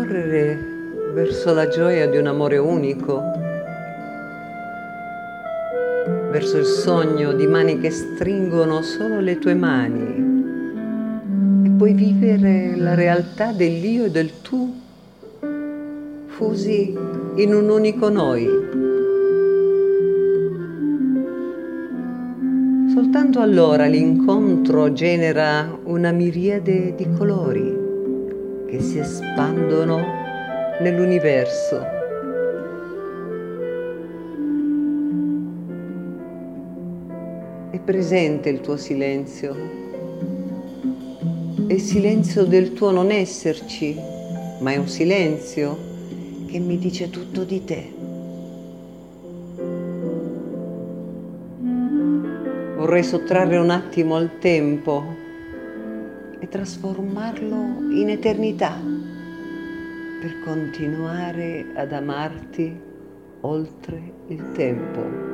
correre verso la gioia di un amore unico, verso il sogno di mani che stringono solo le tue mani e puoi vivere la realtà dell'io e del tu fusi in un unico noi. Soltanto allora l'incontro genera una miriade di colori che si espandono nell'universo. È presente il tuo silenzio, è il silenzio del tuo non esserci, ma è un silenzio che mi dice tutto di te. Vorrei sottrarre un attimo al tempo e trasformarlo in eternità per continuare ad amarti oltre il tempo.